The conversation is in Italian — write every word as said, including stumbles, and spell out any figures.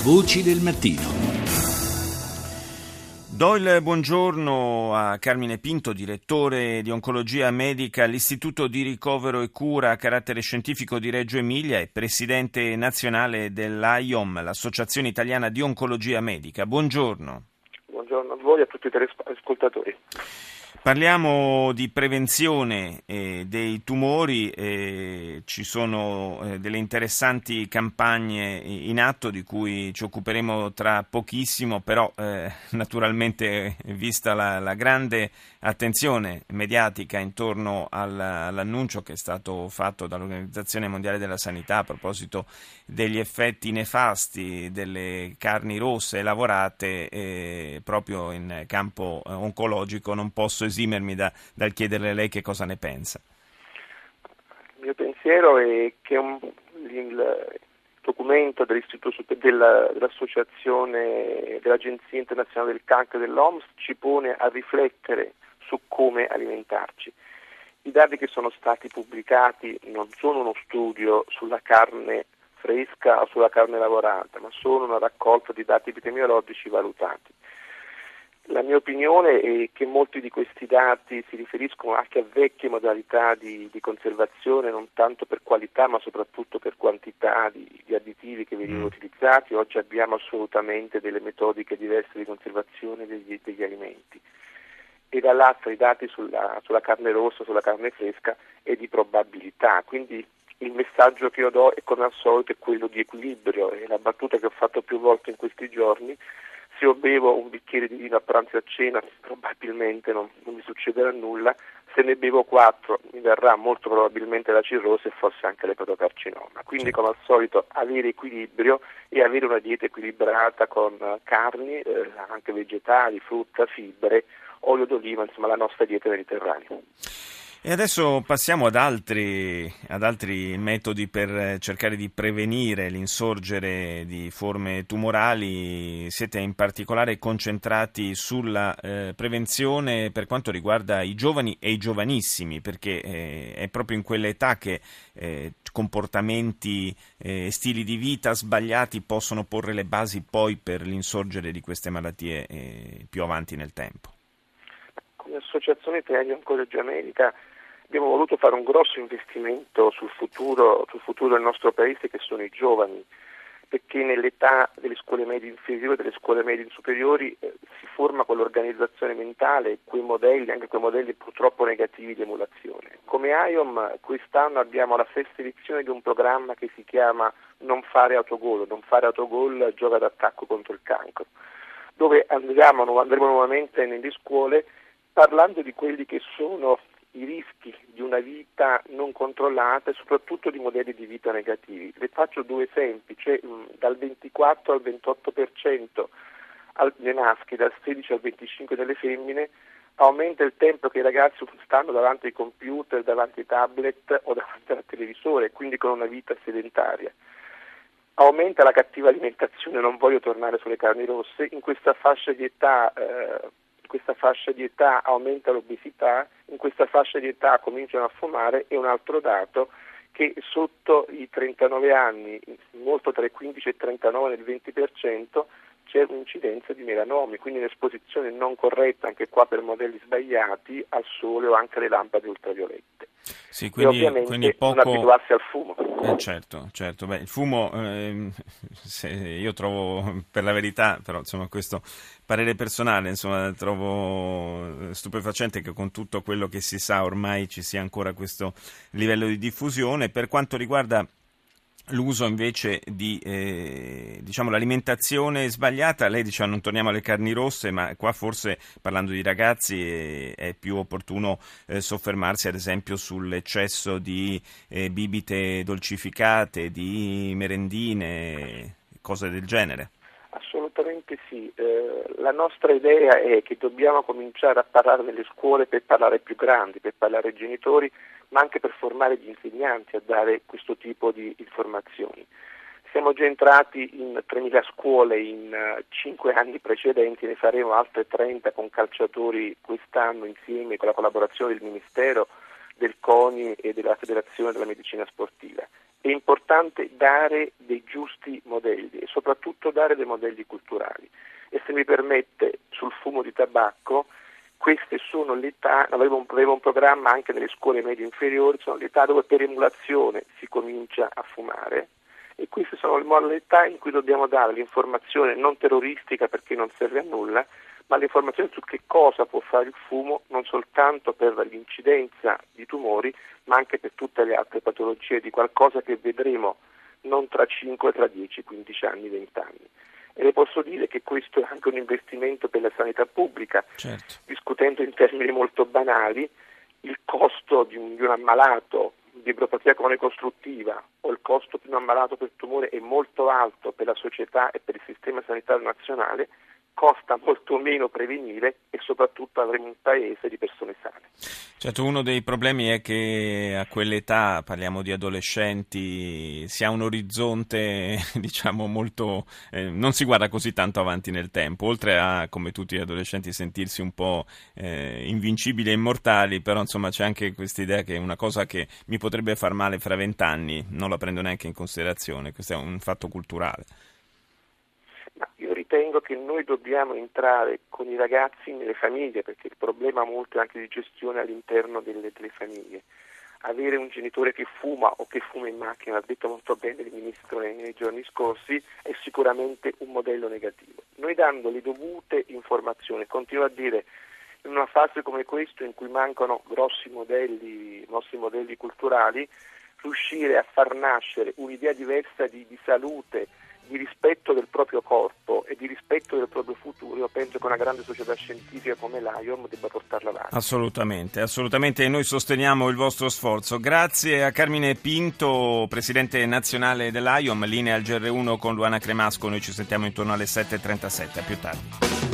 Voci del mattino. Do il buongiorno a Carmine Pinto, direttore di oncologia medica all'Istituto di ricovero e cura a carattere scientifico di Reggio Emilia e presidente nazionale dell'A I O M, l'Associazione Italiana di Oncologia Medica. Buongiorno. Buongiorno a voi e a tutti i telespettatori. Parliamo di prevenzione eh, dei tumori, eh, ci sono eh, delle interessanti campagne in atto di cui ci occuperemo tra pochissimo, però eh, naturalmente vista la, la grande attenzione mediatica intorno al, all'annuncio che è stato fatto dall'Organizzazione Mondiale della Sanità a proposito degli effetti nefasti delle carni rosse lavorate eh, proprio in campo oncologico, non posso esimermi da, dal chiederle a lei che cosa ne pensa. Il mio pensiero è che un, il documento dell'Istituto della, dell'Associazione dell'Agenzia Internazionale del Cancro dell'O M S ci pone a riflettere su come alimentarci. I dati che sono stati pubblicati non sono uno studio sulla carne fresca o sulla carne lavorata, ma sono una raccolta di dati epidemiologici valutati. La mia opinione è che molti di questi dati si riferiscono anche a vecchie modalità di, di conservazione, non tanto per qualità ma soprattutto per quantità di, di additivi che venivano utilizzati. Oggi abbiamo assolutamente delle metodiche diverse di conservazione degli, degli alimenti. E dall'altro i dati sulla, sulla carne rossa, sulla carne fresca e di probabilità. Quindi il messaggio che io do è, come al solito, è quello di equilibrio, e la battuta che ho fatto più volte in questi giorni: se io bevo un bicchiere di vino a pranzo e a cena probabilmente non, non mi succederà nulla, se ne bevo quattro mi verrà molto probabilmente la cirrosi e forse anche l'epatocarcinoma. Quindi, come al solito, avere equilibrio e avere una dieta equilibrata con carni, eh, anche vegetali, frutta, fibre, olio d'oliva, insomma la nostra dieta mediterranea. E adesso passiamo ad altri, ad altri metodi per cercare di prevenire l'insorgere di forme tumorali. Siete in particolare concentrati sulla eh, prevenzione per quanto riguarda i giovani e i giovanissimi, perché eh, è proprio in quell'età che eh, comportamenti e eh, stili di vita sbagliati possono porre le basi poi per l'insorgere di queste malattie eh, più avanti nel tempo. Come Associazione Italiana di Oncologia Medica abbiamo voluto fare un grosso investimento sul futuro, sul futuro del nostro paese, che sono i giovani, perché nell'età delle scuole medie inferiori e delle scuole medie superiori eh, si forma quell'organizzazione mentale, quei modelli, anche quei modelli purtroppo negativi di emulazione. Come A I O M quest'anno abbiamo la sesta edizione di un programma che si chiama Non fare autogol, non fare autogol, gioca d'attacco contro il cancro, dove andiamo, andremo nuovamente nelle scuole parlando di quelli che sono i rischi di una vita non controllata e soprattutto di modelli di vita negativi. Le faccio due esempi, cioè mh, dal ventiquattro al ventotto per cento dei maschi, dal sedici al venticinque delle femmine, aumenta il tempo che i ragazzi stanno davanti ai computer, davanti ai tablet o davanti al televisore, quindi con una vita sedentaria. Aumenta la cattiva alimentazione, non voglio tornare sulle carni rosse, in questa fascia di età eh, in questa fascia di età aumenta l'obesità, in questa fascia di età cominciano a fumare, e un altro dato che sotto i trentanove anni, molto tra i quindici e i trentanove nel venti per cento, c'è un'incidenza di melanomi, quindi un'esposizione non corretta, anche qua per modelli sbagliati, al sole o anche alle lampade ultraviolette. Sì, quindi, e ovviamente quindi poco... non abituarsi al fumo. Eh, certo, certo. Beh, il fumo, eh, se io trovo, per la verità, però insomma questo parere personale, insomma trovo stupefacente che con tutto quello che si sa ormai ci sia ancora questo livello di diffusione. Per quanto riguarda l'uso invece di eh, diciamo l'alimentazione sbagliata, lei dice non torniamo alle carni rosse, ma qua forse parlando di ragazzi eh, è più opportuno eh, soffermarsi ad esempio sull'eccesso di eh, bibite dolcificate, di merendine, cose del genere. Assolutamente sì, eh, la nostra idea è che dobbiamo cominciare a parlare nelle scuole per parlare ai più grandi, per parlare ai genitori, ma anche per formare gli insegnanti a dare questo tipo di informazioni. Siamo già entrati in tremila scuole in uh, cinque anni precedenti, ne faremo altre trenta con calciatori quest'anno, insieme con la collaborazione del Ministero, del CONI e della Federazione della Medicina Sportiva. è importante dare dei giusti modelli e soprattutto dare dei modelli culturali. E se mi permette, sul fumo di tabacco, queste sono le età, avevo un, avevo un programma anche nelle scuole medie inferiori, sono le età dove per emulazione si comincia a fumare, e queste sono le modalità in cui dobbiamo dare l'informazione non terroristica, perché non serve a nulla, ma l'informazione su che cosa può fare il fumo, non soltanto per l'incidenza di tumori, ma anche per tutte le altre patologie, di qualcosa che vedremo non tra cinque, tra dieci, quindici anni, venti anni. E le posso dire che questo è anche un investimento per la sanità pubblica. Certo. Discutendo in termini molto banali, il costo di un, di un ammalato di ebropatia colone costruttiva o il costo di un ammalato per tumore è molto alto per la società e per il sistema sanitario nazionale, costa molto meno prevenire e soprattutto avremo un paese di persone sane. Certo, uno dei problemi è che a quell'età, parliamo di adolescenti, si ha un orizzonte, diciamo, molto... Eh, non si guarda così tanto avanti nel tempo, oltre a, come tutti gli adolescenti, sentirsi un po' eh, invincibili e immortali, però insomma c'è anche questa idea che una cosa che mi potrebbe far male fra vent'anni non la prendo neanche in considerazione, questo è un fatto culturale. Ma io ritengo che noi dobbiamo entrare con i ragazzi nelle famiglie, perché il problema molto è anche di gestione all'interno delle, delle famiglie. Avere un genitore che fuma o che fuma in macchina, l'ha detto molto bene il Ministro nei, nei giorni scorsi, è sicuramente un modello negativo. Noi dando le dovute informazioni, continuo a dire, in una fase come questa in cui mancano grossi modelli, grossi modelli culturali, riuscire a far nascere un'idea diversa di, di salute, di rispetto del proprio corpo e di rispetto del proprio futuro, io penso che una grande società scientifica come l'A I O M debba portarla avanti. Assolutamente, assolutamente, e noi sosteniamo il vostro sforzo. Grazie a Carmine Pinto, presidente nazionale dell'A I O M, linea al G R uno con Luana Cremasco, noi ci sentiamo intorno alle sette e trentasette, a più tardi.